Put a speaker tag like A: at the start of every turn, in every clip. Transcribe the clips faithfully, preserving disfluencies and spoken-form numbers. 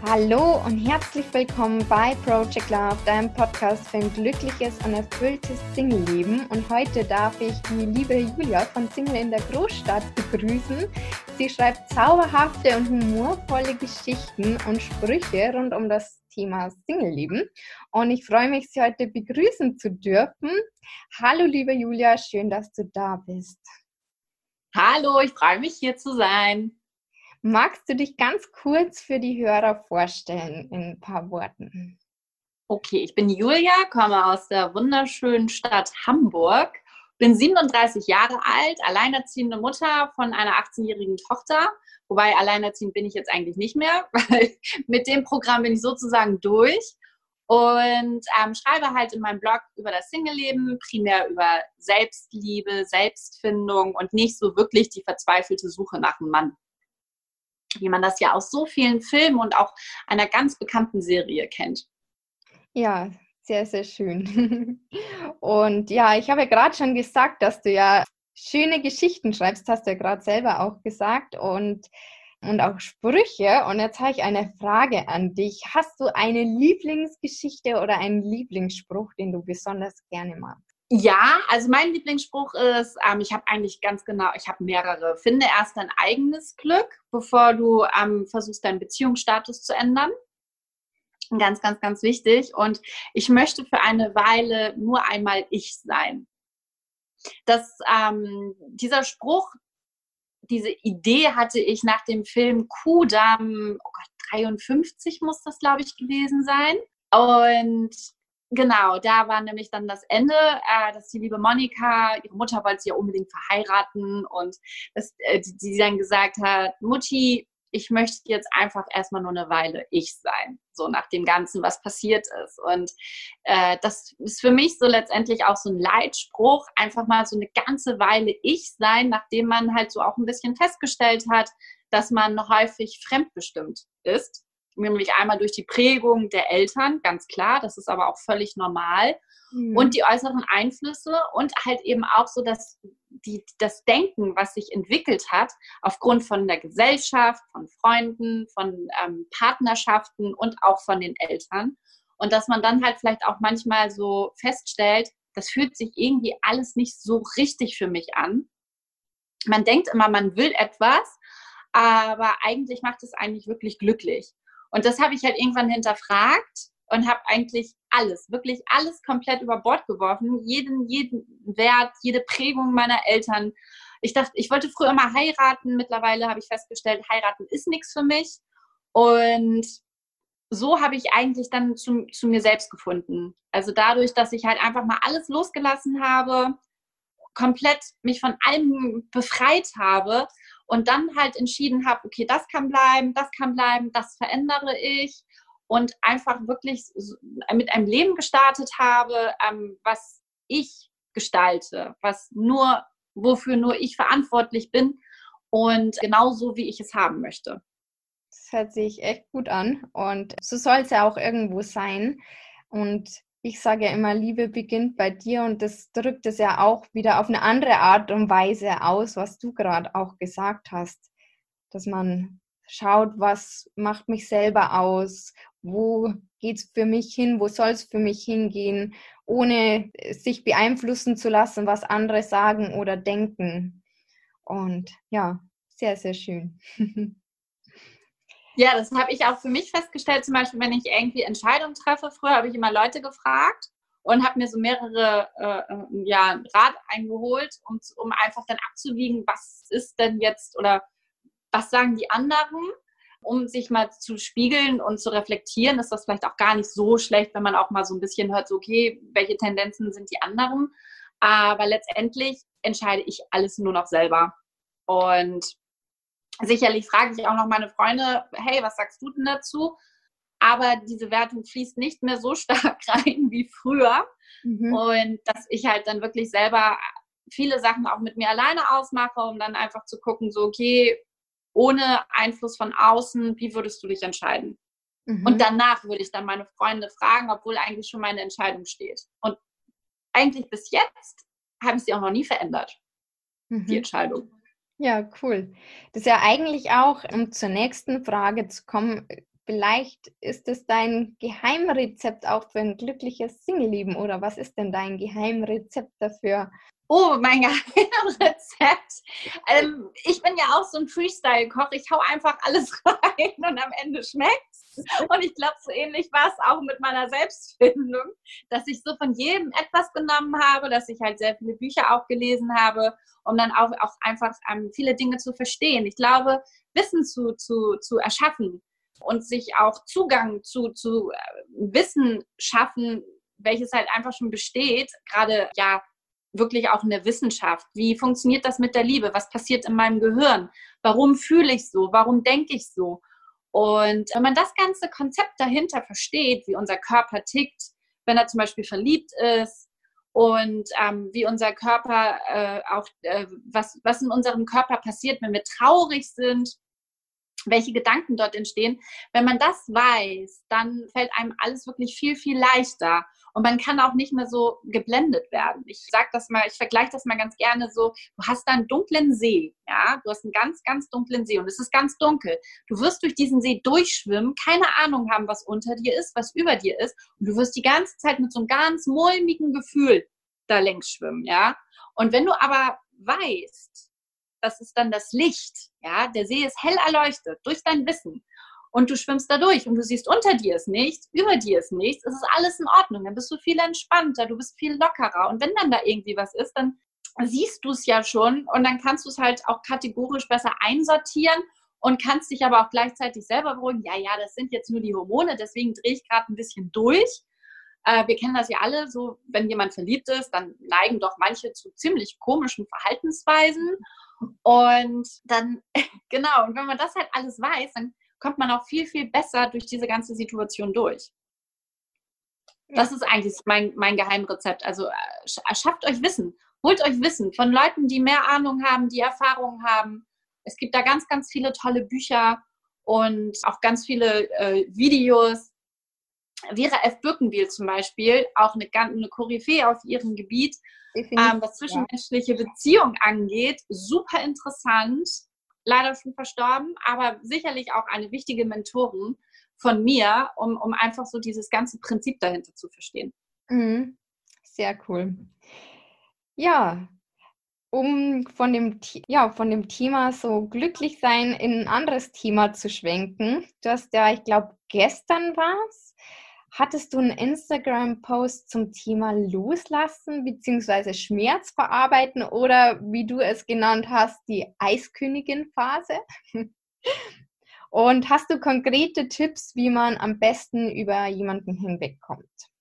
A: Hallo und herzlich willkommen bei Project Love, deinem Podcast für ein glückliches und erfülltes Single-Leben. Und heute darf ich die liebe Julia von Single in der Großstadt begrüßen. Sie schreibt zauberhafte und humorvolle Geschichten und Sprüche rund um das Thema Single-Leben. Und ich freue mich, Sie heute begrüßen zu dürfen. Hallo liebe Julia, schön, dass du da bist.
B: Hallo, ich freue mich, hier zu sein.
A: Magst du dich ganz kurz für die Hörer vorstellen in ein paar Worten?
B: Okay, ich bin Julia, komme aus der wunderschönen Stadt Hamburg, bin siebenunddreißig Jahre alt, alleinerziehende Mutter von einer achtzehnjährigen Tochter, wobei alleinerziehend bin ich jetzt eigentlich nicht mehr, weil mit dem Programm bin ich sozusagen durch und ähm, schreibe halt in meinem Blog über das Single-Leben, primär über Selbstliebe, Selbstfindung und nicht so wirklich die verzweifelte Suche nach einem Mann, wie man das ja aus so vielen Filmen und auch einer ganz bekannten Serie kennt.
A: Ja, sehr, sehr schön. Und ja, ich habe ja gerade schon gesagt, dass du ja schöne Geschichten schreibst, hast du ja gerade selber auch gesagt, und, und auch Sprüche. Und jetzt habe ich eine Frage an dich. Hast du eine Lieblingsgeschichte oder einen Lieblingsspruch, den du besonders gerne magst?
B: Ja, also mein Lieblingsspruch ist, ähm, ich habe eigentlich ganz genau, ich habe mehrere. Finde erst dein eigenes Glück, bevor du ähm, versuchst, deinen Beziehungsstatus zu ändern. Ganz, ganz, ganz wichtig. Und ich möchte für eine Weile nur einmal ich sein. Das, ähm, dieser Spruch, diese Idee hatte ich nach dem Film Kudamm, oh Gott, dreiundfünfzig muss das, glaube ich, gewesen sein. Und genau, da war nämlich dann das Ende, äh, dass die liebe Monika, ihre Mutter wollte sie ja unbedingt verheiraten und dass äh, die, die dann gesagt hat, Mutti, ich möchte jetzt einfach erstmal nur eine Weile ich sein, so nach dem Ganzen, was passiert ist. Und äh, das ist für mich so letztendlich auch so ein Leitspruch, einfach mal so eine ganze Weile ich sein, nachdem man halt so auch ein bisschen festgestellt hat, dass man häufig fremdbestimmt ist. Nämlich einmal durch die Prägung der Eltern, ganz klar, das ist aber auch völlig normal. Mhm. Und die äußeren Einflüsse und halt eben auch so dass die, das Denken, was sich entwickelt hat, aufgrund von der Gesellschaft, von Freunden, von ähm, Partnerschaften und auch von den Eltern. Und dass man dann halt vielleicht auch manchmal so feststellt, das fühlt sich irgendwie alles nicht so richtig für mich an. Man denkt immer, man will etwas, aber eigentlich macht es eigentlich wirklich glücklich. Und das habe ich halt irgendwann hinterfragt und habe eigentlich alles, wirklich alles komplett über Bord geworfen. Jeden, jeden Wert, jede Prägung meiner Eltern. Ich dachte, ich wollte früher mal heiraten. Mittlerweile habe ich festgestellt, heiraten ist nichts für mich. Und so habe ich eigentlich dann zu, zu mir selbst gefunden. Also dadurch, dass ich halt einfach mal alles losgelassen habe, komplett mich von allem befreit habe und dann halt entschieden habe, okay, das kann bleiben, das kann bleiben, das verändere ich und einfach wirklich mit einem Leben gestartet habe, ähm, was ich gestalte, was nur, wofür nur ich verantwortlich bin und genauso, wie ich es haben möchte.
A: Das hört sich echt gut an und so soll es ja auch irgendwo sein. Und ich sage ja immer, Liebe beginnt bei dir, und das drückt es ja auch wieder auf eine andere Art und Weise aus, was du gerade auch gesagt hast, dass man schaut, was macht mich selber aus, wo geht es für mich hin, wo soll es für mich hingehen, ohne sich beeinflussen zu lassen, was andere sagen oder denken. Und ja, sehr, sehr schön.
B: Ja, das habe ich auch für mich festgestellt, zum Beispiel, wenn ich irgendwie Entscheidungen treffe. Früher habe ich immer Leute gefragt und habe mir so mehrere äh, ja, Rat eingeholt, um, um einfach dann abzuwiegen, was ist denn jetzt oder was sagen die anderen, um sich mal zu spiegeln und zu reflektieren. Ist das vielleicht auch gar nicht so schlecht, wenn man auch mal so ein bisschen hört, so, okay, welche Tendenzen sind die anderen? Aber letztendlich entscheide ich alles nur noch selber. Und sicherlich frage ich auch noch meine Freunde, hey, was sagst du denn dazu? Aber diese Wertung fließt nicht mehr so stark rein wie früher. Mhm. Und dass ich halt dann wirklich selber viele Sachen auch mit mir alleine ausmache, um dann einfach zu gucken, so, okay, ohne Einfluss von außen, wie würdest du dich entscheiden? Mhm. Und danach würde ich dann meine Freunde fragen, obwohl eigentlich schon meine Entscheidung steht. Und eigentlich bis jetzt habe ich sie auch noch nie verändert, mhm. die Entscheidung.
A: Ja, cool. Das ist ja eigentlich auch, um zur nächsten Frage zu kommen, vielleicht ist es dein Geheimrezept auch für ein glückliches Single-Leben, oder was ist denn dein Geheimrezept dafür?
B: Oh, mein Geheimrezept. Ähm, ich bin ja auch so ein Freestyle-Koch. Ich hau einfach alles rein und am Ende schmeckt's. Und ich glaube, so ähnlich war es auch mit meiner Selbstfindung, dass ich so von jedem etwas genommen habe, dass ich halt sehr viele Bücher auch gelesen habe, um dann auch, auch einfach ähm, viele Dinge zu verstehen. Ich glaube, Wissen zu, zu, zu erschaffen und sich auch Zugang zu, zu äh, Wissen schaffen, welches halt einfach schon besteht, gerade ja wirklich auch in der Wissenschaft. Wie funktioniert das mit der Liebe? Was passiert in meinem Gehirn? Warum fühle ich so? Warum denke ich so? Und wenn man das ganze Konzept dahinter versteht, wie unser Körper tickt, wenn er zum Beispiel verliebt ist und ähm, wie unser Körper äh, auch, äh, was, was in unserem Körper passiert, wenn wir traurig sind, welche Gedanken dort entstehen. Wenn man das weiß, dann fällt einem alles wirklich viel, viel leichter. Und man kann auch nicht mehr so geblendet werden. Ich sage das mal, ich vergleiche das mal ganz gerne so, du hast da einen dunklen See, ja, du hast einen ganz, ganz dunklen See und es ist ganz dunkel. Du wirst durch diesen See durchschwimmen, keine Ahnung haben, was unter dir ist, was über dir ist und du wirst die ganze Zeit mit so einem ganz mulmigen Gefühl da längs schwimmen, ja. Und wenn du aber weißt, das ist dann das Licht, ja, der See ist hell erleuchtet durch dein Wissen und du schwimmst da durch und du siehst, unter dir ist nichts, über dir ist nichts, es ist alles in Ordnung, dann bist du viel entspannter, du bist viel lockerer und wenn dann da irgendwie was ist, dann siehst du es ja schon und dann kannst du es halt auch kategorisch besser einsortieren und kannst dich aber auch gleichzeitig selber beruhigen, ja, ja, das sind jetzt nur die Hormone, deswegen drehe ich gerade ein bisschen durch. Äh, wir kennen das ja alle, so wenn jemand verliebt ist, dann neigen doch manche zu ziemlich komischen Verhaltensweisen. Und dann, genau, und wenn man das halt alles weiß, dann kommt man auch viel, viel besser durch diese ganze Situation durch. Das ist eigentlich mein, mein Geheimrezept. Also schafft euch Wissen, holt euch Wissen von Leuten, die mehr Ahnung haben, die Erfahrung haben. Es gibt da ganz, ganz viele tolle Bücher und auch ganz viele äh, Videos. Vera F. Birkenbiel zum Beispiel, auch eine, eine Koryphäe auf ihrem Gebiet, ähm, was zwischenmenschliche ja. Beziehungen angeht, super interessant, leider schon verstorben, aber sicherlich auch eine wichtige Mentorin von mir, um, um einfach so dieses ganze Prinzip dahinter zu verstehen.
A: Mhm. Sehr cool. Ja, um von dem, ja, von dem Thema so glücklich sein in ein anderes Thema zu schwenken. Du hast ja, ich glaube, gestern war es, hattest du einen Instagram-Post zum Thema Loslassen bzw. Schmerz verarbeiten oder wie du es genannt hast, die Eiskönigin-Phase? Und hast du konkrete Tipps, wie man am besten über jemanden hinwegkommt?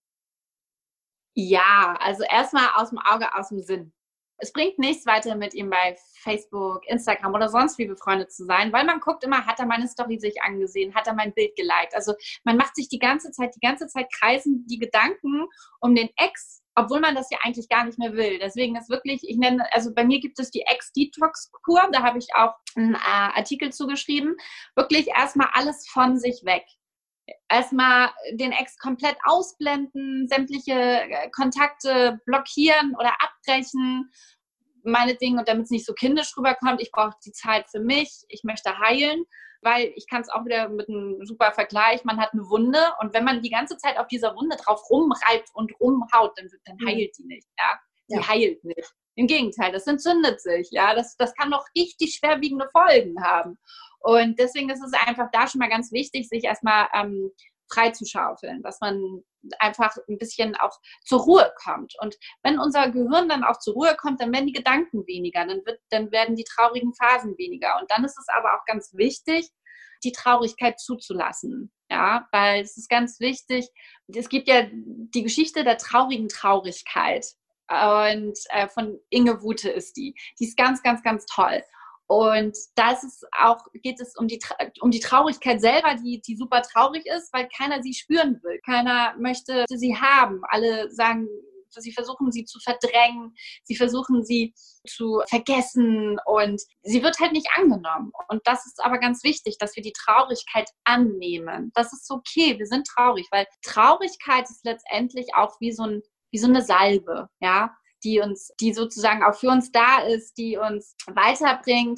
B: Ja, also erstmal aus dem Auge, aus dem Sinn. Es bringt nichts weiter, mit ihm bei Facebook, Instagram oder sonst wie befreundet zu sein, weil man guckt immer, hat er meine Story sich angesehen, hat er mein Bild geliked. Also man macht sich die ganze Zeit, die ganze Zeit kreisen die Gedanken um den Ex, obwohl man das ja eigentlich gar nicht mehr will. Deswegen ist wirklich, ich nenne, also bei mir gibt es die Ex-Detox-Kur, da habe ich auch einen äh, Artikel zugeschrieben. Wirklich erstmal alles von sich weg. Erstmal den Ex komplett ausblenden, sämtliche Kontakte blockieren oder abbrechen, meinetwegen, und damit es nicht so kindisch rüberkommt, ich brauche die Zeit für mich, ich möchte heilen, weil ich kann es auch wieder mit einem super Vergleich, man hat eine Wunde und wenn man die ganze Zeit auf dieser Wunde drauf rumreibt und rumhaut, dann, dann heilt die nicht, ja, die ja. heilt nicht. Im Gegenteil, das entzündet sich, ja, das, das kann noch richtig schwerwiegende Folgen haben. Und deswegen ist es einfach da schon mal ganz wichtig, sich erstmal ähm, frei zu schaufeln, dass man einfach ein bisschen auch zur Ruhe kommt. Und wenn unser Gehirn dann auch zur Ruhe kommt, dann werden die Gedanken weniger, dann, wird, dann werden die traurigen Phasen weniger. Und dann ist es aber auch ganz wichtig, die Traurigkeit zuzulassen. Ja, weil es ist ganz wichtig, es gibt ja die Geschichte der traurigen Traurigkeit. Und äh, von Inge Wute ist die. Die ist ganz, ganz, ganz toll. Und da ist es auch, geht es um die, um die Traurigkeit selber, die, die super traurig ist, weil keiner sie spüren will. Keiner möchte sie haben. Alle sagen, sie versuchen sie zu verdrängen, sie versuchen sie zu vergessen und sie wird halt nicht angenommen. Und das ist aber ganz wichtig, dass wir die Traurigkeit annehmen. Das ist okay, wir sind traurig, weil Traurigkeit ist letztendlich auch wie so ein, wie so eine Salbe, ja, die uns, die sozusagen auch für uns da ist, die uns weiterbringt,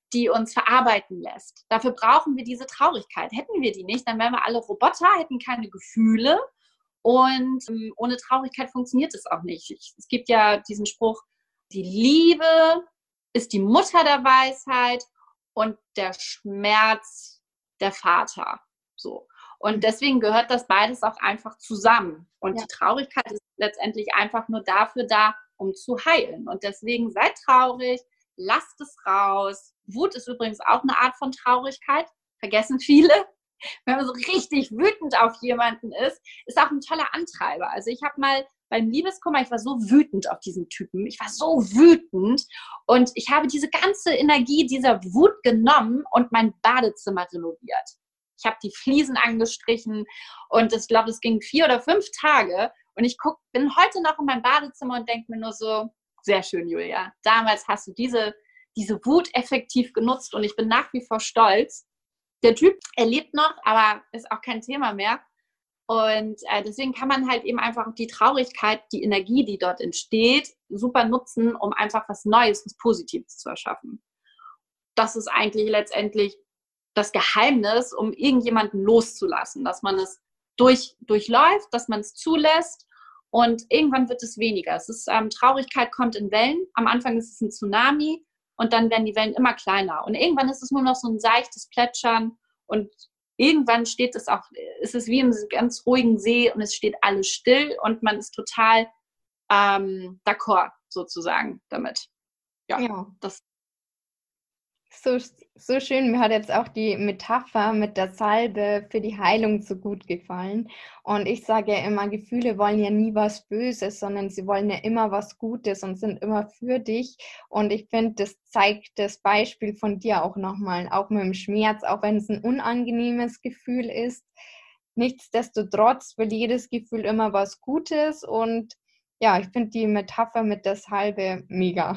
B: die uns verarbeiten lässt. Dafür brauchen wir diese Traurigkeit. Hätten wir die nicht, dann wären wir alle Roboter, hätten keine Gefühle und ähm, ohne Traurigkeit funktioniert es auch nicht. Ich, es gibt ja diesen Spruch, die Liebe ist die Mutter der Weisheit und der Schmerz der Vater. So. Und deswegen gehört das beides auch einfach zusammen. Und ja. Die Traurigkeit ist letztendlich einfach nur dafür da, um zu heilen. Und deswegen seid traurig, lasst es raus. Wut ist übrigens auch eine Art von Traurigkeit. Vergessen viele. Wenn man so richtig wütend auf jemanden ist, ist auch ein toller Antreiber. Also ich habe mal beim Liebeskummer, ich war so wütend auf diesen Typen. Ich war so wütend. Und ich habe diese ganze Energie dieser Wut genommen und mein Badezimmer renoviert. Ich habe die Fliesen angestrichen und ich glaube, es ging vier oder fünf Tage. Und ich guck, bin heute noch in meinem Badezimmer und denke mir nur so, sehr schön, Julia. Damals hast du diese, diese Wut effektiv genutzt und ich bin nach wie vor stolz. Der Typ, er lebt noch, aber ist auch kein Thema mehr. Und äh, deswegen kann man halt eben einfach die Traurigkeit, die Energie, die dort entsteht, super nutzen, um einfach was Neues, was Positives zu erschaffen. Das ist eigentlich letztendlich das Geheimnis, um irgendjemanden loszulassen, dass man es durch, durchläuft, dass man es zulässt und irgendwann wird es weniger. Es ist, ähm, Traurigkeit kommt in Wellen. Am Anfang ist es ein Tsunami und dann werden die Wellen immer kleiner. Und irgendwann ist es nur noch so ein seichtes Plätschern und irgendwann steht es auch, ist es wie im ganz ruhigen See und es steht alles still und man ist total ähm, d'accord sozusagen damit. Ja,
A: Ja.
B: das
A: So, so schön, mir hat jetzt auch die Metapher mit der Salbe für die Heilung so gut gefallen. Und ich sage ja immer, Gefühle wollen ja nie was Böses, sondern sie wollen ja immer was Gutes und sind immer für dich. Und ich finde, das zeigt das Beispiel von dir auch nochmal, auch mit dem Schmerz, auch wenn es ein unangenehmes Gefühl ist. Nichtsdestotrotz will jedes Gefühl immer was Gutes. Und ja, ich finde die Metapher mit der Salbe mega.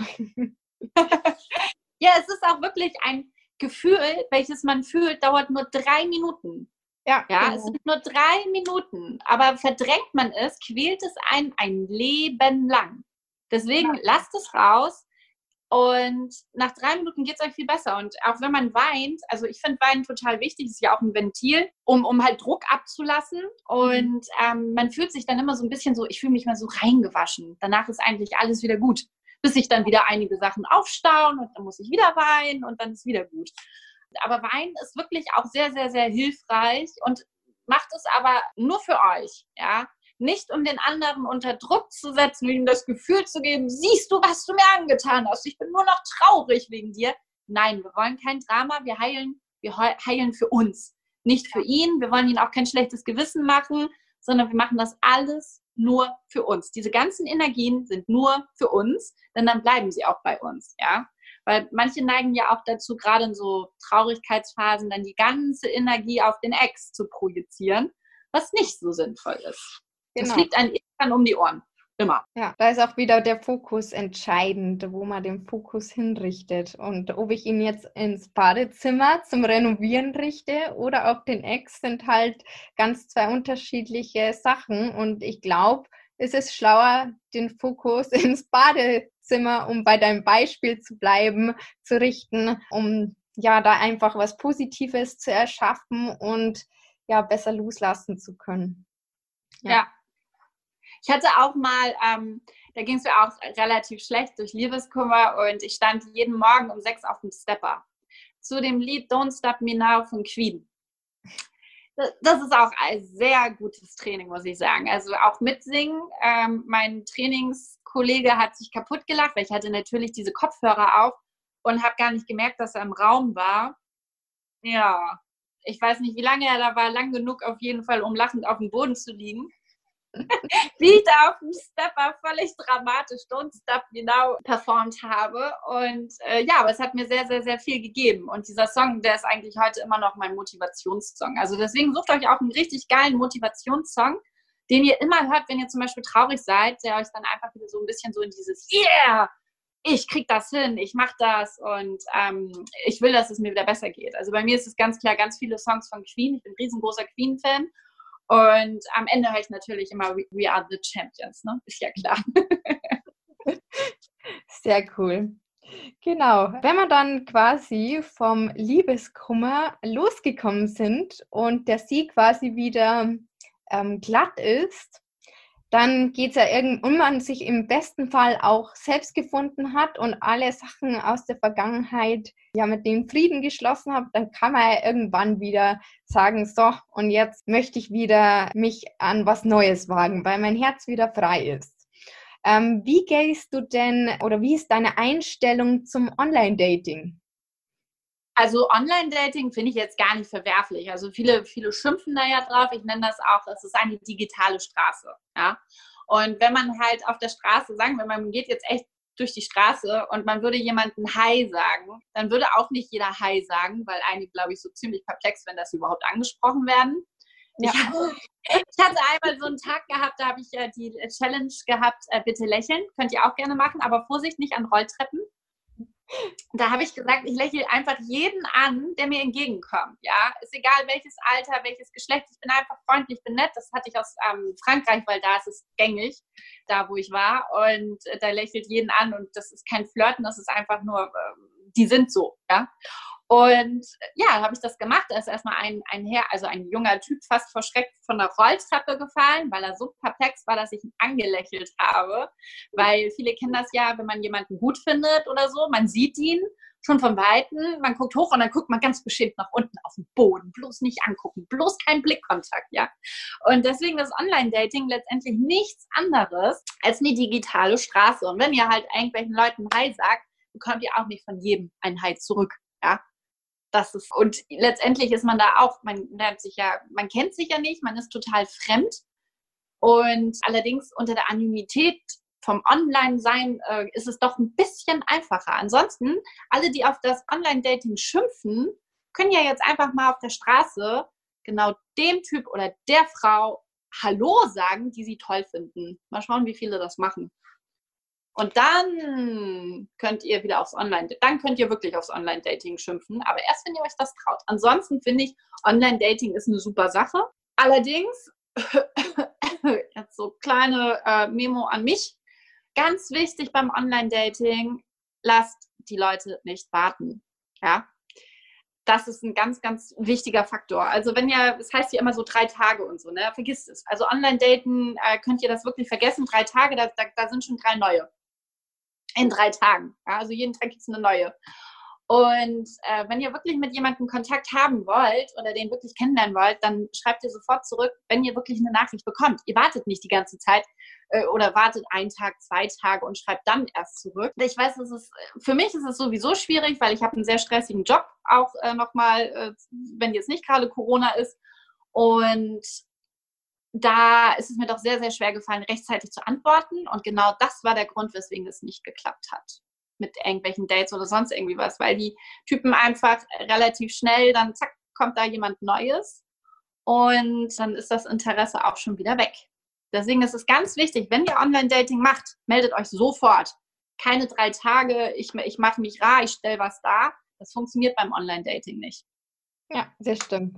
B: Ja, es ist auch wirklich ein Gefühl, welches man fühlt, dauert nur drei Minuten.
A: Ja,
B: ja
A: genau.
B: Es sind nur drei Minuten. Aber verdrängt man es, quält es einen ein Leben lang. Deswegen ja. Lasst es raus und nach drei Minuten geht es euch viel besser. Und auch wenn man weint, also ich finde Weinen total wichtig, das ist ja auch ein Ventil, um, um halt Druck abzulassen. Und mhm. ähm, man fühlt sich dann immer so ein bisschen so, ich fühle mich mal so reingewaschen. Danach ist eigentlich alles wieder gut. Bis sich dann wieder einige Sachen aufstauen und dann muss ich wieder weinen und dann ist wieder gut. Aber Weinen ist wirklich auch sehr, sehr, sehr hilfreich und macht es aber nur für euch, ja. Nicht um den anderen unter Druck zu setzen, ihm das Gefühl zu geben, siehst du, was du mir angetan hast, ich bin nur noch traurig wegen dir. Nein, wir wollen kein Drama, wir heilen, wir heilen für uns, nicht für ihn. Wir wollen ihm auch kein schlechtes Gewissen machen, sondern wir machen das alles nur für uns. Diese ganzen Energien sind nur für uns, denn dann bleiben sie auch bei uns, ja. Weil manche neigen ja auch dazu, gerade in so Traurigkeitsphasen, dann die ganze Energie auf den Ex zu projizieren, was nicht so sinnvoll ist. Genau. Das fliegt einem irgendwann um die Ohren. Immer.
A: Ja, da ist auch wieder der Fokus entscheidend, wo man den Fokus hinrichtet. Und ob ich ihn jetzt ins Badezimmer zum Renovieren richte oder auf den Ex, sind halt ganz zwei unterschiedliche Sachen. Und ich glaube, es ist schlauer, den Fokus ins Badezimmer, um bei deinem Beispiel zu bleiben, zu richten, um ja da einfach was Positives zu erschaffen und ja besser loslassen zu können.
B: Ja. ja. Ich hatte auch mal, ähm, da ging es mir auch relativ schlecht durch Liebeskummer und ich stand jeden Morgen um sechs auf dem Stepper zu dem Lied Don't Stop Me Now von Queen. Das ist auch ein sehr gutes Training, muss ich sagen. Also auch mitsingen. Ähm, mein Trainingskollege hat sich kaputt gelacht, weil ich hatte natürlich diese Kopfhörer auf und habe gar nicht gemerkt, dass er im Raum war. Ja, ich weiß nicht, wie lange er da war, lang genug auf jeden Fall, um lachend auf dem Boden zu liegen. Wie ich da auf dem Stepper völlig dramatisch Don't Stop Me Now performt habe. Und äh, ja, aber es hat mir sehr, sehr, sehr viel gegeben. Und dieser Song, der ist eigentlich heute immer noch mein Motivationssong. Also deswegen sucht euch auch einen richtig geilen Motivationssong, den ihr immer hört, wenn ihr zum Beispiel traurig seid, der euch dann einfach wieder so ein bisschen so in dieses Yeah, ich krieg das hin, ich mach das und ähm, ich will, dass es mir wieder besser geht. Also bei mir ist es ganz klar ganz viele Songs von Queen. Ich bin ein riesengroßer Queen-Fan. Und am Ende höre ich natürlich immer We Are the Champions, ne? Ist ja klar.
A: Sehr cool. Genau. Wenn wir dann quasi vom Liebeskummer losgekommen sind und der See quasi wieder ähm, glatt ist, dann geht es ja irgendwann, und man sich im besten Fall auch selbst gefunden hat und alle Sachen aus der Vergangenheit ja mit dem Frieden geschlossen hat, dann kann man ja irgendwann wieder sagen, so, und jetzt möchte ich wieder mich an was Neues wagen, weil mein Herz wieder frei ist. Ähm, wie gehst du denn oder wie ist deine Einstellung zum Online-Dating?
B: Also Online-Dating finde ich jetzt gar nicht verwerflich. Also viele, viele schimpfen da ja drauf. Ich nenne das auch, es ist eine digitale Straße. Ja? Und wenn man halt auf der Straße, sagen wir, man geht jetzt echt durch die Straße und man würde jemandem Hi sagen, dann würde auch nicht jeder Hi sagen, weil einige, glaube ich, so ziemlich perplex, wenn das überhaupt angesprochen werden. Ja. Ich, ich hatte einmal so einen Tag gehabt, da habe ich äh, die Challenge gehabt, äh, bitte lächeln. Könnt ihr auch gerne machen, aber Vorsicht, nicht an Rolltreppen. Da habe ich gesagt, ich lächle einfach jeden an, der mir entgegenkommt. Ja, ist egal welches Alter, welches Geschlecht. Ich bin einfach freundlich, bin nett. Das hatte ich aus ähm, Frankreich, weil da ist es gängig, da wo ich war. Und äh, da lächelt jeden an und das ist kein Flirten, das ist einfach nur, äh, die sind so. Ja. Und ja, habe ich das gemacht. Da ist erstmal ein, ein Herr, also ein junger Typ, fast verschreckt von der Rolltreppe gefallen, weil er so perplex war, dass ich ihn angelächelt habe. Weil viele kennen das ja, wenn man jemanden gut findet oder so, man sieht ihn schon von Weitem, man guckt hoch und dann guckt man ganz bestimmt nach unten auf den Boden. Bloß nicht angucken, bloß kein Blickkontakt, ja. Und deswegen ist Online-Dating letztendlich nichts anderes als eine digitale Straße. Und wenn ihr halt irgendwelchen Leuten Hi sagt, bekommt ihr auch nicht von jedem ein Hi zurück, ja. Das ist, und letztendlich ist man da auch, man lernt sich ja, man kennt sich ja nicht, man ist total fremd. Und allerdings unter der Anonymität vom Online-Sein äh, ist es doch ein bisschen einfacher. Ansonsten, alle, die auf das Online-Dating schimpfen, können ja jetzt einfach mal auf der Straße genau dem Typ oder der Frau Hallo sagen, die sie toll finden. Mal schauen, wie viele das machen. Und dann könnt ihr wieder aufs Online, dann könnt ihr wirklich aufs Online-Dating schimpfen, aber erst, wenn ihr euch das traut. Ansonsten finde ich, Online-Dating ist eine super Sache. Allerdings, jetzt so kleine äh, Memo an mich, ganz wichtig beim Online-Dating, lasst die Leute nicht warten. Ja, das ist ein ganz, ganz wichtiger Faktor. Also wenn ihr, das heißt ja immer so drei Tage und so, ne, vergisst es. Also Online-Daten äh, könnt ihr das wirklich vergessen, drei Tage, da, da, da sind schon drei neue. In drei Tagen. Ja, also jeden Tag gibt es eine neue. Und äh, wenn ihr wirklich mit jemandem Kontakt haben wollt oder den wirklich kennenlernen wollt, dann schreibt ihr sofort zurück, wenn ihr wirklich eine Nachricht bekommt. Ihr wartet nicht die ganze Zeit äh, oder wartet einen Tag, zwei Tage und schreibt dann erst zurück. Ich weiß, es ist, für mich ist es sowieso schwierig, weil ich habe einen sehr stressigen Job, auch äh, nochmal, äh, wenn jetzt nicht gerade Corona ist. Und da ist es mir doch sehr, sehr schwer gefallen, rechtzeitig zu antworten. Und genau das war der Grund, weswegen es nicht geklappt hat mit irgendwelchen Dates oder sonst irgendwie was, weil die Typen einfach relativ schnell, dann zack, kommt da jemand Neues und dann ist das Interesse auch schon wieder weg. Deswegen ist es ganz wichtig, wenn ihr Online-Dating macht, meldet euch sofort. Keine drei Tage, ich, ich mache mich rar, ich stelle was dar. Das funktioniert beim Online-Dating nicht.
A: Ja, das stimmt.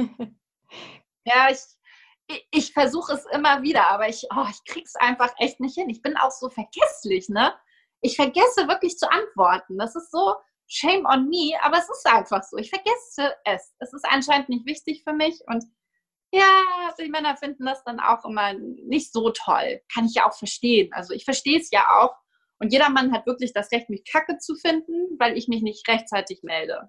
B: Ja, ich Ich, ich versuche es immer wieder, aber ich, oh, ich krieg's einfach echt nicht hin. Ich bin auch so vergesslich, ne? Ich vergesse wirklich zu antworten. Das ist so shame on me, aber es ist einfach so. Ich vergesse es. Es ist anscheinend nicht wichtig für mich und ja, die Männer finden das dann auch immer nicht so toll. Kann ich ja auch verstehen. Also ich verstehe es ja auch. Und jeder Mann hat wirklich das Recht, mich kacke zu finden, weil ich mich nicht rechtzeitig melde.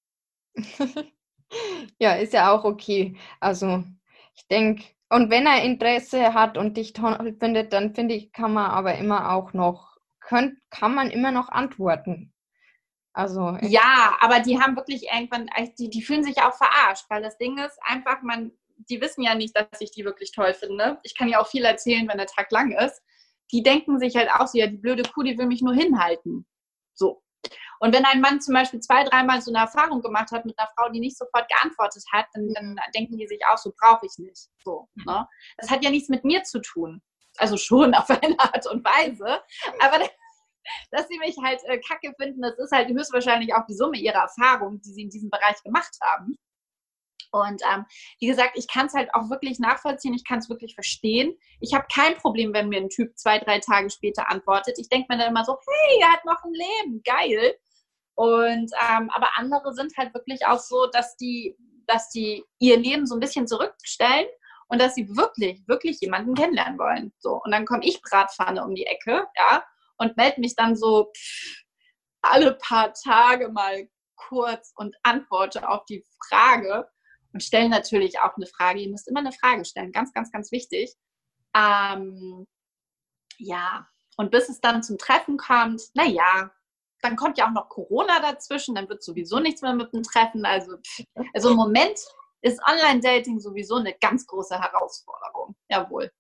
A: Ja, ist ja auch okay. Also ich denke, und wenn er Interesse hat und dich toll findet, dann finde ich, kann man aber immer auch noch, könnt, kann man immer noch antworten. Also
B: ja, aber die haben wirklich irgendwann, die, die fühlen sich auch verarscht, weil das Ding ist einfach, man, die wissen ja nicht, dass ich die wirklich toll finde. Ich kann ja auch viel erzählen, wenn der Tag lang ist. Die denken sich halt auch so, ja, die blöde Kuh, die will mich nur hinhalten. So. Und wenn ein Mann zum Beispiel zwei, dreimal so eine Erfahrung gemacht hat mit einer Frau, die nicht sofort geantwortet hat, dann, dann denken die sich auch, so brauche ich nicht. So, ne? Das hat ja nichts mit mir zu tun. Also schon auf eine Art und Weise. Aber dass sie mich halt äh, kacke finden, das ist halt höchstwahrscheinlich auch die Summe ihrer Erfahrungen, die sie in diesem Bereich gemacht haben. Und ähm, wie gesagt, ich kann es halt auch wirklich nachvollziehen, ich kann es wirklich verstehen. Ich habe kein Problem, wenn mir ein Typ zwei, drei Tage später antwortet. Ich denke mir dann immer so, hey, er hat noch ein Leben, geil. Und ähm, aber andere sind halt wirklich auch so, dass die, dass die ihr Leben so ein bisschen zurückstellen und dass sie wirklich, wirklich jemanden kennenlernen wollen. So, und dann komme ich Bratpfanne um die Ecke, ja, und melde mich dann so pff, alle paar Tage mal kurz und antworte auf die Frage. Und stellen natürlich auch eine Frage. Ihr müsst immer eine Frage stellen. Ganz, ganz, ganz wichtig. Ähm, ja, und bis es dann zum Treffen kommt, naja, dann kommt ja auch noch Corona dazwischen, dann wird sowieso nichts mehr mit dem Treffen. Also, also im Moment ist Online-Dating sowieso eine ganz große Herausforderung. Jawohl.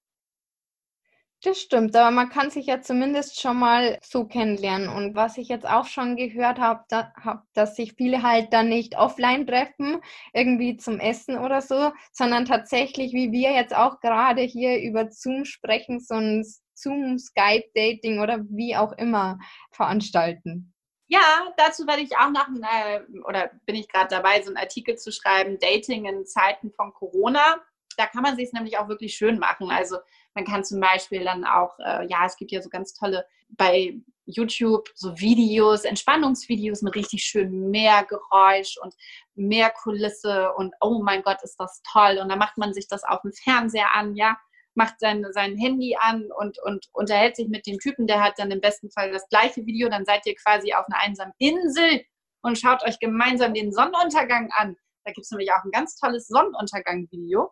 A: Das stimmt, aber man kann sich ja zumindest schon mal so kennenlernen. Und was ich jetzt auch schon gehört habe, da, hab, dass sich viele halt dann nicht offline treffen, irgendwie zum Essen oder so, sondern tatsächlich, wie wir jetzt auch gerade hier über Zoom sprechen, so ein Zoom-Skype-Dating oder wie auch immer veranstalten.
B: Ja, dazu werde ich auch noch, äh, oder bin ich gerade dabei, so einen Artikel zu schreiben, Dating in Zeiten von Corona. Da kann man sich es nämlich auch wirklich schön machen. Also man kann zum Beispiel dann auch, äh, ja, es gibt ja so ganz tolle bei YouTube so Videos, Entspannungsvideos mit richtig schön Meergeräusch und Meerkulisse und oh mein Gott, ist das toll. Und dann macht man sich das auf dem Fernseher an, ja, macht sein, sein Handy an und, und unterhält sich mit dem Typen, der hat dann im besten Fall das gleiche Video. Dann seid ihr quasi auf einer einsamen Insel und schaut euch gemeinsam den Sonnenuntergang an. Da gibt es nämlich auch ein ganz tolles Sonnenuntergang-Video.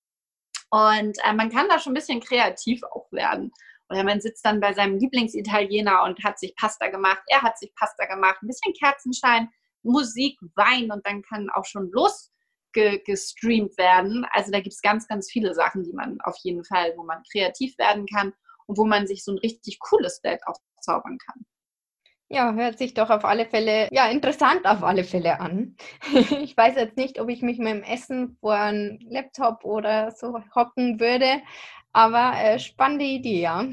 B: Und äh, man kann da schon ein bisschen kreativ auch werden. Oder man sitzt dann bei seinem Lieblingsitaliener und hat sich Pasta gemacht. Er hat sich Pasta gemacht. Ein bisschen Kerzenschein, Musik, Wein und dann kann auch schon losgestreamt werden. Also da gibt es ganz, ganz viele Sachen, die man auf jeden Fall, wo man kreativ werden kann und wo man sich so ein richtig cooles Date aufzaubern kann.
A: Ja, hört sich doch auf alle Fälle, ja, interessant auf alle Fälle an. Ich weiß jetzt nicht, ob ich mich mit dem Essen vor einen Laptop oder so hocken würde, aber äh, spannende Idee, ja.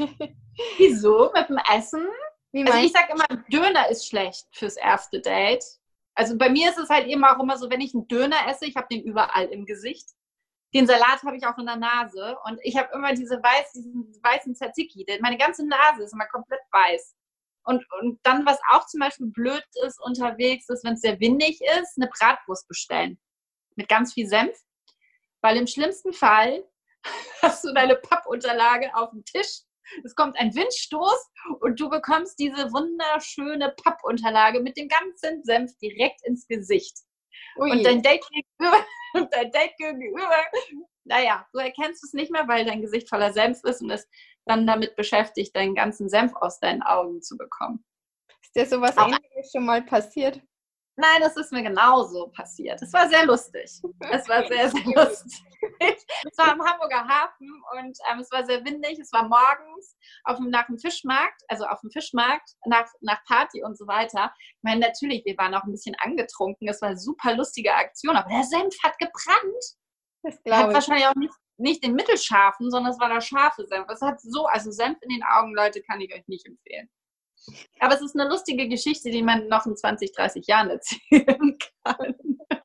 B: Wieso? Mit dem Essen?
A: Wie
B: Also ich
A: meinst
B: sage immer, Döner ist schlecht fürs erste Date. Also bei mir ist es halt eben auch immer so, wenn ich einen Döner esse, ich habe den überall im Gesicht. Den Salat habe ich auch in der Nase und ich habe immer diese weiß, diesen weißen Tzatziki. Meine ganze Nase ist immer komplett weiß. Und, und dann, was auch zum Beispiel blöd ist unterwegs, ist, wenn es sehr windig ist, eine Bratwurst bestellen. Mit ganz viel Senf. Weil im schlimmsten Fall hast du deine Pappunterlage auf dem Tisch. Es kommt ein Windstoß und du bekommst diese wunderschöne Pappunterlage mit dem ganzen Senf direkt ins Gesicht. Ui. Und dein Date gegenüber, und dein Date gegenüber, naja, du erkennst es nicht mehr, weil dein Gesicht voller Senf ist und es dann damit beschäftigt, deinen ganzen Senf aus deinen Augen zu bekommen.
A: Ist dir sowas auch Ähnliches schon mal passiert?
B: Nein, das ist mir genauso passiert. Es war sehr lustig. Es war sehr, sehr lustig. Es war am Hamburger Hafen und ähm, es war sehr windig. Es war morgens auf dem, nach dem Fischmarkt, also auf dem Fischmarkt, nach, nach Party und so weiter. Ich meine, natürlich, wir waren auch ein bisschen angetrunken. Es war eine super lustige Aktion, aber der Senf hat gebrannt.
A: Das
B: glaube ich. Hat wahrscheinlich auch nicht nicht den mittelscharfen, sondern es war der scharfe Senf. Es hat so, also Senf in den Augen, Leute, kann ich euch nicht empfehlen. Aber es ist eine lustige Geschichte, die man noch in zwanzig, dreißig Jahren erzählen kann.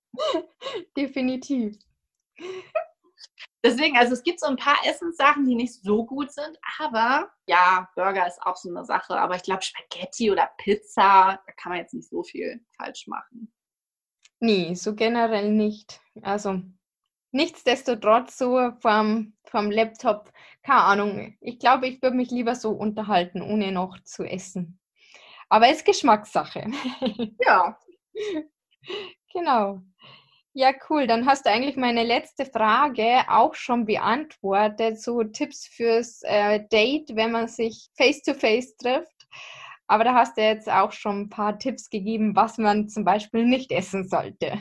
A: Definitiv.
B: Deswegen, also es gibt so ein paar Essenssachen, die nicht so gut sind, aber ja, Burger ist auch so eine Sache. Aber ich glaube, Spaghetti oder Pizza, da kann man jetzt nicht so viel falsch machen.
A: Nee, so generell nicht. Also nichtsdestotrotz so vom, vom Laptop, keine Ahnung. Ich glaube, ich würde mich lieber so unterhalten, ohne noch zu essen. Aber es ist Geschmackssache.
B: Ja.
A: Genau. Ja, cool. Dann hast du eigentlich meine letzte Frage auch schon beantwortet. So Tipps fürs äh, Date, wenn man sich face-to-face trifft. Aber da hast du jetzt auch schon ein paar Tipps gegeben, was man zum Beispiel nicht essen sollte.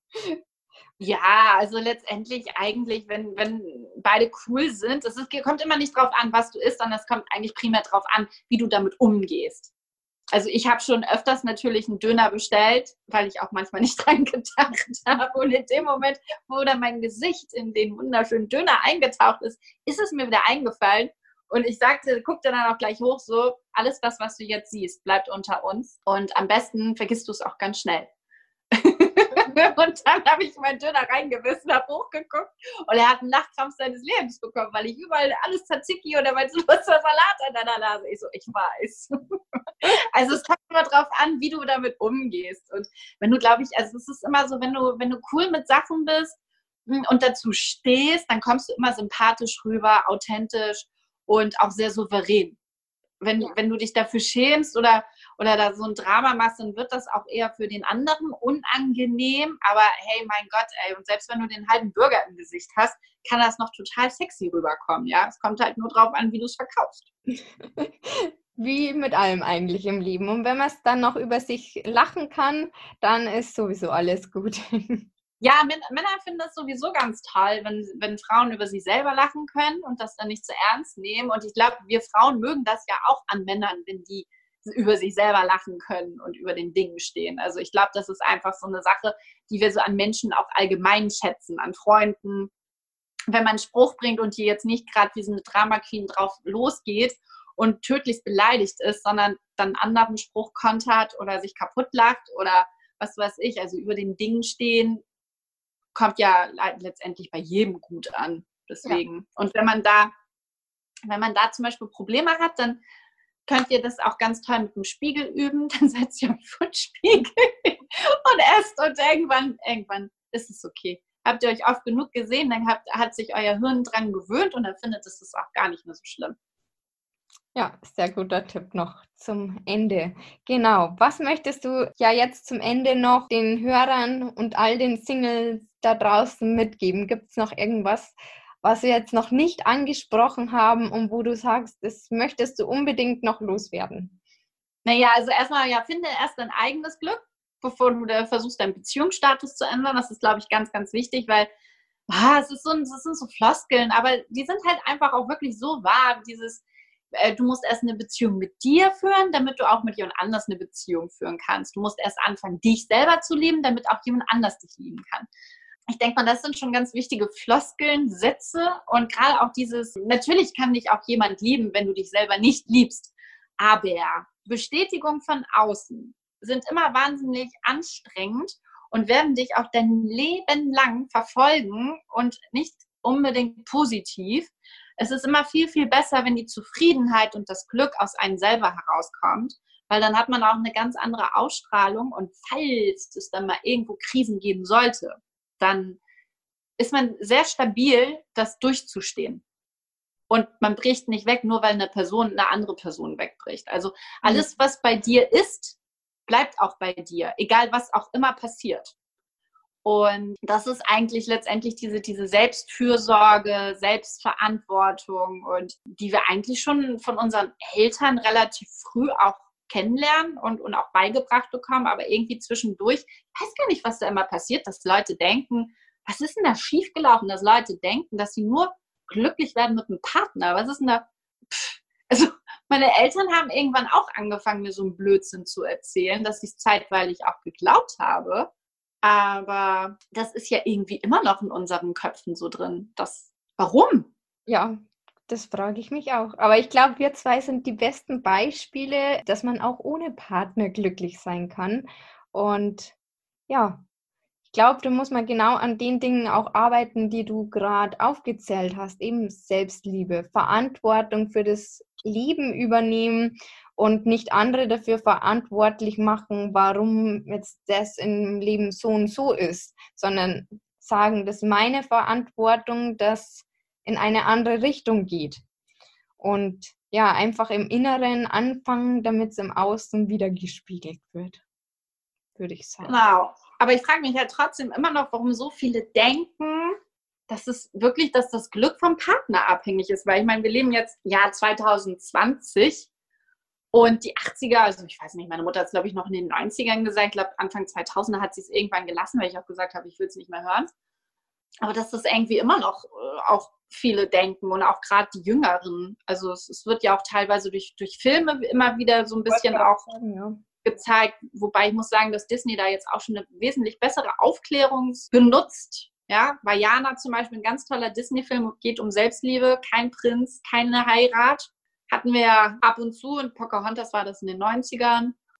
B: Ja, also letztendlich eigentlich, wenn, wenn beide cool sind, es ist, kommt immer nicht drauf an, was du isst, sondern es kommt eigentlich primär drauf an, wie du damit umgehst. Also ich habe schon öfters natürlich einen Döner bestellt, weil ich auch manchmal nicht dran gedacht habe. Und in dem Moment, wo dann mein Gesicht in den wunderschönen Döner eingetaucht ist, ist es mir wieder eingefallen. Und ich sagte, guck dir dann auch gleich hoch, so, alles das, was du jetzt siehst, bleibt unter uns. Und am besten vergisst du es auch ganz schnell. Und dann habe ich meinen Döner reingebissen, habe hochgeguckt und er hat einen Lachkrampf seines Lebens bekommen, weil ich überall alles Tzatziki oder mein super Salat an deiner Nase. Ich so, ich weiß. Also es kommt immer drauf an, wie du damit umgehst. Und wenn du, glaube ich, also es ist immer so, wenn du, wenn du cool mit Sachen bist und dazu stehst, dann kommst du immer sympathisch rüber, authentisch und auch sehr souverän. Wenn, ja. wenn du dich dafür schämst oder, oder da so ein Drama machst, dann wird das auch eher für den anderen unangenehm. Aber hey, mein Gott, ey, und selbst wenn du den halben Burger im Gesicht hast, kann das noch total sexy rüberkommen, ja? Es kommt halt nur drauf an, wie du es verkaufst.
A: Wie mit allem eigentlich im Leben. Und wenn man es dann noch über sich lachen kann, dann ist sowieso alles gut.
B: Ja, Männer finden das sowieso ganz toll, wenn, wenn Frauen über sich selber lachen können und das dann nicht zu ernst nehmen. Und ich glaube, wir Frauen mögen das ja auch an Männern, wenn die über sich selber lachen können und über den Dingen stehen. Also ich glaube, das ist einfach so eine Sache, die wir so an Menschen auch allgemein schätzen, an Freunden. Wenn man einen Spruch bringt und die jetzt nicht gerade wie so eine Drama Queen drauf losgeht und tödlichst beleidigt ist, sondern dann einen anderen Spruch kontert oder sich kaputt lacht oder was weiß ich, also über den Dingen stehen, kommt ja letztendlich bei jedem gut an. Deswegen. Ja. Und wenn man da, wenn man da zum Beispiel Probleme hat, dann könnt ihr das auch ganz toll mit dem Spiegel üben. Dann setzt ihr euch vor den Spiegel und esst und irgendwann, irgendwann ist es okay. Habt ihr euch oft genug gesehen, dann habt, hat sich euer Hirn dran gewöhnt und dann findet es das auch gar nicht mehr so schlimm.
A: Ja, sehr guter Tipp noch zum Ende. Genau. Was möchtest du ja jetzt zum Ende noch den Hörern und all den Singles da draußen mitgeben? Gibt es noch irgendwas, was wir jetzt noch nicht angesprochen haben und wo du sagst, das möchtest du unbedingt noch loswerden?
B: Naja, also erstmal, ja, finde erst dein eigenes Glück, bevor du da versuchst, deinen Beziehungsstatus zu ändern. Das ist, glaube ich, ganz, ganz wichtig, weil ah, es, ist so, es sind so Floskeln, aber die sind halt einfach auch wirklich so wahr, dieses du musst erst eine Beziehung mit dir führen, damit du auch mit jemand anders eine Beziehung führen kannst. Du musst erst anfangen, dich selber zu lieben, damit auch jemand anders dich lieben kann. Ich denke mal, das sind schon ganz wichtige Floskeln, Sätze und gerade auch dieses, natürlich kann dich auch jemand lieben, wenn du dich selber nicht liebst, aber Bestätigung von außen sind immer wahnsinnig anstrengend und werden dich auch dein Leben lang verfolgen und nicht unbedingt positiv. Es ist immer viel, viel besser, wenn die Zufriedenheit und das Glück aus einem selber herauskommt, weil dann hat man auch eine ganz andere Ausstrahlung und falls es dann mal irgendwo Krisen geben sollte, dann ist man sehr stabil, das durchzustehen. Und man bricht nicht weg, nur weil eine Person eine andere Person wegbricht. Also alles, was bei dir ist, bleibt auch bei dir, egal was auch immer passiert. Und das ist eigentlich letztendlich diese, diese Selbstfürsorge, Selbstverantwortung und die wir eigentlich schon von unseren Eltern relativ früh auch kennenlernen und, und auch beigebracht bekommen, aber irgendwie zwischendurch, ich weiß gar nicht, was da immer passiert, dass Leute denken, was ist denn da schiefgelaufen, dass Leute denken, dass sie nur glücklich werden mit einem Partner, was ist denn da, Pff. Also meine Eltern haben irgendwann auch angefangen, mir so einen Blödsinn zu erzählen, dass ich es zeitweilig auch geglaubt habe. Aber das ist ja irgendwie immer noch in unseren Köpfen so drin. Das, warum?
A: Ja, das frage ich mich auch. Aber ich glaube, wir zwei sind die besten Beispiele, dass man auch ohne Partner glücklich sein kann. Und ja, ich glaube, da muss man genau an den Dingen auch arbeiten, die du gerade aufgezählt hast. Eben Selbstliebe, Verantwortung für das Leben übernehmen und nicht andere dafür verantwortlich machen, warum jetzt das im Leben so und so ist, sondern sagen, das ist meine Verantwortung, dass in eine andere Richtung geht. Und ja, einfach im Inneren anfangen, damit es im Außen wieder gespiegelt wird, würde ich sagen.
B: Genau. Aber ich frage mich halt trotzdem immer noch, warum so viele denken, dass es wirklich, dass das Glück vom Partner abhängig ist. Weil ich meine, wir leben jetzt Jahr zwanzig zwanzig und die achtziger, also ich weiß nicht, meine Mutter hat es, glaube ich, noch in den neunzigern gesagt, ich glaube, Anfang zweitausender hat sie es irgendwann gelassen, weil ich auch gesagt habe, ich will es nicht mehr hören. Aber dass das irgendwie immer noch äh, auch viele denken und auch gerade die Jüngeren. Also es, es wird ja auch teilweise durch, durch Filme immer wieder so ein bisschen auch sagen, ja. gezeigt, wobei ich muss sagen, dass Disney da jetzt auch schon eine wesentlich bessere Aufklärung benutzt. Ja, Vaiana zum Beispiel, ein ganz toller Disney-Film, geht um Selbstliebe, kein Prinz, keine Heirat. Hatten wir ja ab und zu, in Pocahontas war das in den neunzigern.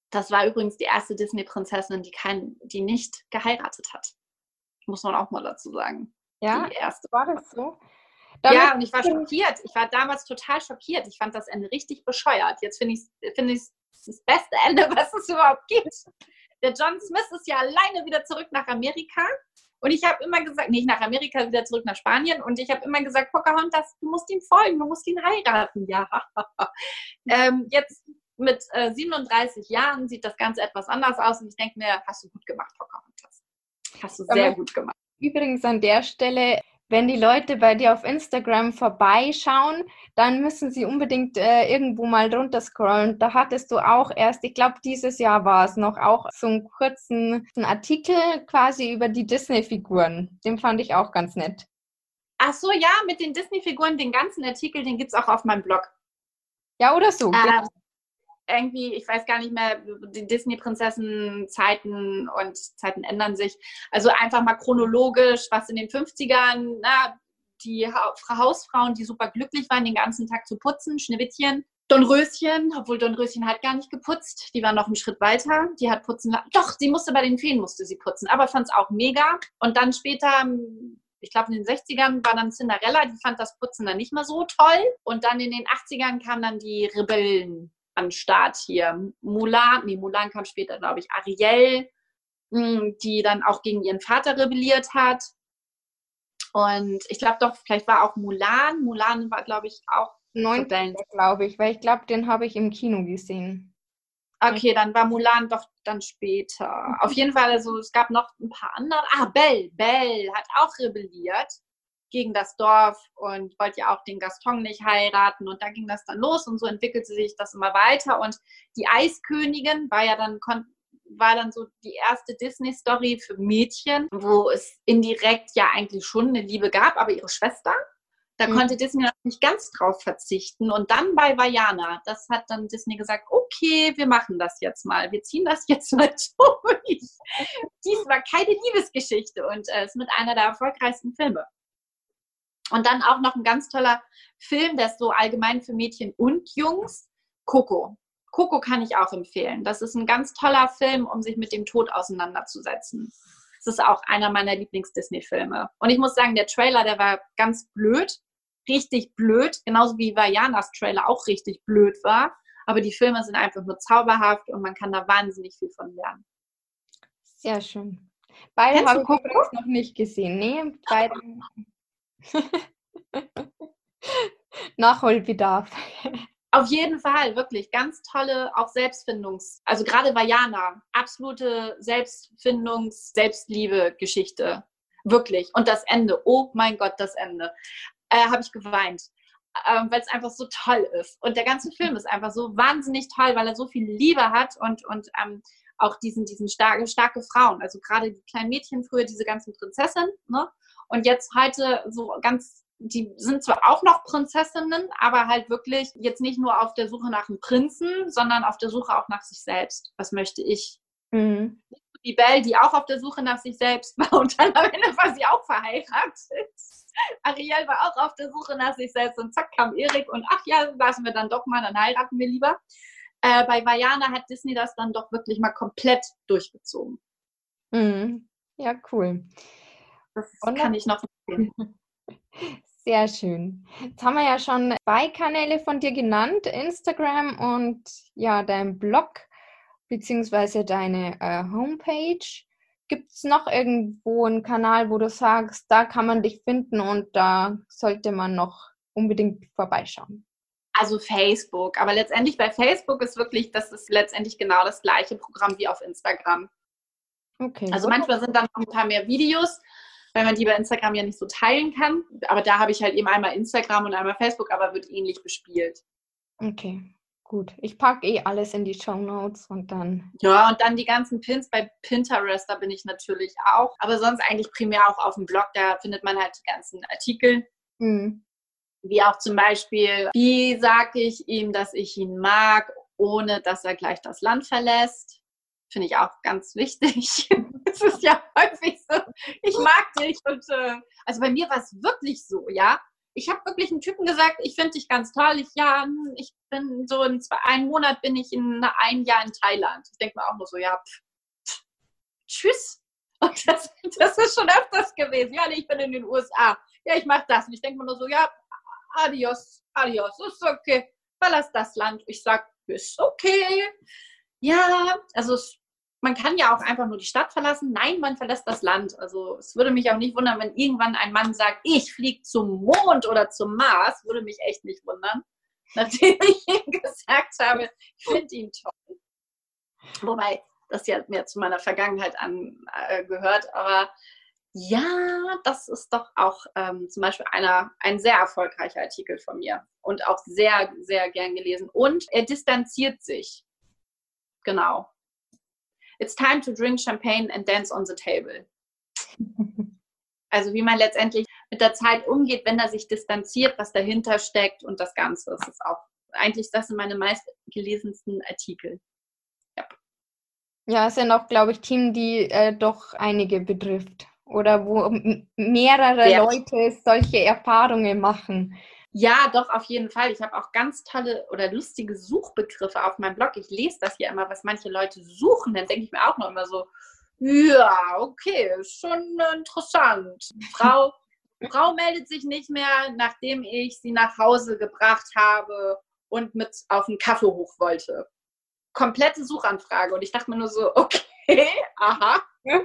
B: Das war übrigens die erste Disney-Prinzessin, die, kein, die nicht geheiratet hat. Muss man auch mal dazu sagen.
A: Ja,
B: die erste.
A: War das so? Damit
B: ja, und ich war schockiert. Ich war damals total schockiert. Ich fand das Ende richtig bescheuert. Jetzt finde ich es find das beste Ende, was es überhaupt gibt. Der John Smith ist ja alleine wieder zurück nach Amerika. Und ich habe immer gesagt, nicht nach Amerika, wieder zurück nach Spanien. Und ich habe immer gesagt, Pocahontas, du musst ihm folgen, du musst ihn heiraten. Ja. ähm, jetzt mit äh, siebenunddreißig Jahren sieht das Ganze etwas anders aus. Und ich denke mir, hast du gut gemacht, Pocahontas. Hast du sehr gut gemacht.
A: Übrigens an der Stelle, wenn die Leute bei dir auf Instagram vorbeischauen, dann müssen sie unbedingt äh, irgendwo mal drunter scrollen. Da hattest du auch erst, ich glaube dieses Jahr war es noch, auch so einen kurzen einen Artikel quasi über die Disney-Figuren. Den fand ich auch ganz nett.
B: Ach so, ja, mit den Disney-Figuren, den ganzen Artikel, den gibt es auch auf meinem Blog.
A: Ja, oder so.
B: Ähm, irgendwie, ich weiß gar nicht mehr, die Disney-Prinzessin-Zeiten und Zeiten ändern sich. Also einfach mal chronologisch, was in den fünfzigern, na, die ha- Hausfrauen, die super glücklich waren, den ganzen Tag zu putzen, Schneewittchen. Dornröschen, obwohl Dornröschen hat gar nicht geputzt, die war noch einen Schritt weiter, die hat putzen lassen. Doch, sie musste bei den Feen, musste sie putzen, aber fand es auch mega. Und dann später, ich glaube in den sechzigern war dann Cinderella, die fand das Putzen dann nicht mehr so toll. Und dann in den achtzigern kamen dann die Rebellen an den Start hier. Mulan, nee, Mulan kam später, glaube ich. Ariel, die dann auch gegen ihren Vater rebelliert hat. Und ich glaube doch, vielleicht war auch Mulan. Mulan war, glaube ich, auch
A: neunzig, glaube ich, weil ich glaube, den habe ich im Kino gesehen.
B: Okay, dann war Mulan doch dann später. Auf jeden Fall, also es gab noch ein paar andere. Ah, Belle. Belle hat auch rebelliert gegen das Dorf und wollte ja auch den Gaston nicht heiraten. Und da ging das dann los und so entwickelte sich das immer weiter. Und die Eiskönigin war ja dann, war dann so die erste Disney-Story für Mädchen, wo es indirekt ja eigentlich schon eine Liebe gab, aber ihre Schwester. Da mhm. konnte Disney noch nicht ganz drauf verzichten. Und dann bei Vaiana, das hat dann Disney gesagt, okay, wir machen das jetzt mal. Wir ziehen das jetzt mal durch. Dies war keine Liebesgeschichte und äh, ist mit einer der erfolgreichsten Filme. Und dann auch noch ein ganz toller Film, der ist so allgemein für Mädchen und Jungs, Coco. Coco kann ich auch empfehlen. Das ist ein ganz toller Film, um sich mit dem Tod auseinanderzusetzen. Das ist auch einer meiner Lieblings-Disney-Filme. Und ich muss sagen, der Trailer, der war ganz blöd, richtig blöd, genauso wie Vaianas Trailer auch richtig blöd war. Aber die Filme sind einfach nur zauberhaft und man kann da wahnsinnig viel von lernen.
A: Sehr schön. Beide habe ich übrigens noch nicht gesehen. Nee, beide... Nachholbedarf.
B: Auf jeden Fall, wirklich ganz tolle, auch Selbstfindungs-, also gerade Vaiana, absolute Selbstfindungs-, Selbstliebe-Geschichte. Wirklich. Und das Ende, oh mein Gott, das Ende. Äh, habe ich geweint, äh, weil es einfach so toll ist. Und der ganze Film ist einfach so wahnsinnig toll, weil er so viel Liebe hat und, und ähm, auch diesen, diesen starke, starke Frauen. Also gerade die kleinen Mädchen früher, diese ganzen Prinzessinnen, ne? Und jetzt heute so ganz, die sind zwar auch noch Prinzessinnen, aber halt wirklich jetzt nicht nur auf der Suche nach einem Prinzen, sondern auf der Suche auch nach sich selbst. Was möchte ich?
A: Mhm.
B: Die Belle, die auch auf der Suche nach sich selbst war und dann am Ende war sie auch verheiratet. Ariel war auch auf der Suche nach sich selbst und zack kam Erik und ach ja, lassen wir dann doch mal, dann heiraten wir lieber. Äh, bei Vaiana hat Disney das dann doch wirklich mal komplett durchgezogen.
A: Mhm. Ja, cool.
B: Das kann ich noch empfehlen.
A: Sehr schön. Jetzt haben wir ja schon zwei Kanäle von dir genannt, Instagram und ja, dein Blog beziehungsweise deine äh, Homepage. Gibt es noch irgendwo einen Kanal, wo du sagst, da kann man dich finden und da sollte man noch unbedingt vorbeischauen?
B: Also Facebook, aber letztendlich bei Facebook ist wirklich, das ist letztendlich genau das gleiche Programm wie auf Instagram.
A: Okay.
B: Also manchmal sind dann noch ein paar mehr Videos, weil man die bei Instagram ja nicht so teilen kann. Aber da habe ich halt eben einmal Instagram und einmal Facebook, aber wird ähnlich bespielt.
A: Okay, gut. Ich packe eh alles in die Shownotes und dann...
B: Ja, und dann die ganzen Pins bei Pinterest, da bin ich natürlich auch. Aber sonst eigentlich primär auch auf dem Blog, da findet man halt die ganzen Artikel.
A: Mhm. Wie
B: auch zum Beispiel, wie sage ich ihm, dass ich ihn mag, ohne dass er gleich das Land verlässt. Finde ich auch ganz wichtig. Es ist ja häufig so, ich mag dich. Und äh, also bei mir war es wirklich so, ja. Ich habe wirklich einem Typen gesagt, ich finde dich ganz toll. Ich, ja, ich bin so in zwei, einen Monat bin ich in ein Jahr in Thailand. Ich denke mir auch nur so, ja, pff, pff, tschüss. Und das, das ist schon öfters gewesen. Ja, nee, ich bin in den U S A. Ja, ich mache das. Und ich denke mir nur so, ja, adios, adios, ist okay. Verlass das Land. Ich sag, ist okay. Ja, also es, man kann ja auch einfach nur die Stadt verlassen. Nein, man verlässt das Land. Also es würde mich auch nicht wundern, wenn irgendwann ein Mann sagt, ich fliege zum Mond oder zum Mars. Würde mich echt nicht wundern. Nachdem ich ihm gesagt habe, ich finde ihn toll. Wobei das ja mehr zu meiner Vergangenheit angehört. Äh, aber ja, das ist doch auch ähm, zum Beispiel einer, ein sehr erfolgreicher Artikel von mir. Und auch sehr, sehr gern gelesen. Und er distanziert sich. Genau. It's time to drink champagne and dance on the table. Also wie man letztendlich mit der Zeit umgeht, wenn er sich distanziert, was dahinter steckt und das Ganze. Das ist auch eigentlich, das sind meine meistgelesensten Artikel. Ja,
A: ja, es sind auch, glaube ich, Themen, die äh, doch einige betrifft. Oder wo m- mehrere
B: Ja.
A: Leute solche Erfahrungen machen.
B: Ja, doch, auf jeden Fall. Ich habe auch ganz tolle oder lustige Suchbegriffe auf meinem Blog. Ich lese das hier immer, was manche Leute suchen. Dann denke ich mir auch noch immer so, ja, okay, ist schon interessant. Frau, Frau meldet sich nicht mehr, nachdem ich sie nach Hause gebracht habe und mit auf einen Kaffee hoch wollte. Komplette Suchanfrage. Und ich dachte mir nur so, okay, aha.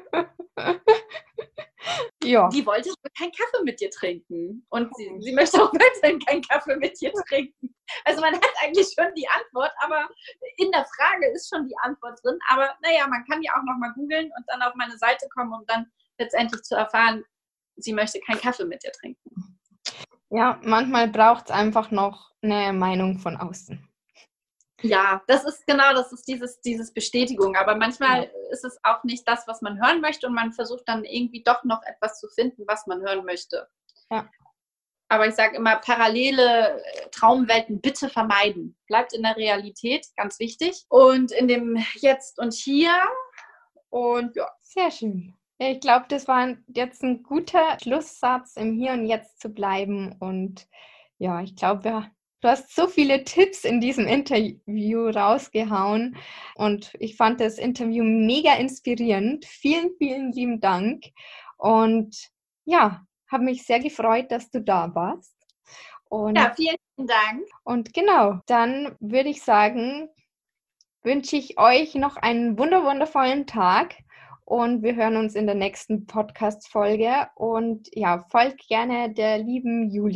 A: Ja.
B: Die wollte keinen Kaffee mit dir trinken. Und sie, sie möchte auch weiterhin keinen Kaffee mit dir trinken. Also man hat eigentlich schon die Antwort, aber in der Frage ist schon die Antwort drin. Aber naja, man kann ja auch nochmal googeln und dann auf meine Seite kommen, um dann letztendlich zu erfahren, sie möchte keinen Kaffee mit dir trinken.
A: Ja, manchmal braucht es einfach noch eine Meinung von außen.
B: Ja, das ist genau, das ist dieses, dieses Bestätigung. Aber manchmal ja. ist es auch nicht das, was man hören möchte und man versucht dann irgendwie doch noch etwas zu finden, was man hören möchte.
A: Ja.
B: Aber ich sage immer, parallele Traumwelten bitte vermeiden. Bleibt in der Realität, ganz wichtig. Und in dem Jetzt und Hier. Und ja.
A: Sehr schön. Ich glaube, das war jetzt ein guter Schlusssatz, im Hier und Jetzt zu bleiben. Und ja, ich glaube, ja, du hast so viele Tipps in diesem Interview rausgehauen. Und ich fand das Interview mega inspirierend. Vielen, vielen lieben Dank. Und ja, habe mich sehr gefreut, dass du da warst. Und,
B: ja, vielen Dank.
A: Und genau, dann würde ich sagen, wünsche ich euch noch einen wunderwundervollen Tag und wir hören uns in der nächsten Podcast-Folge. Und ja, folgt gerne der lieben Julia.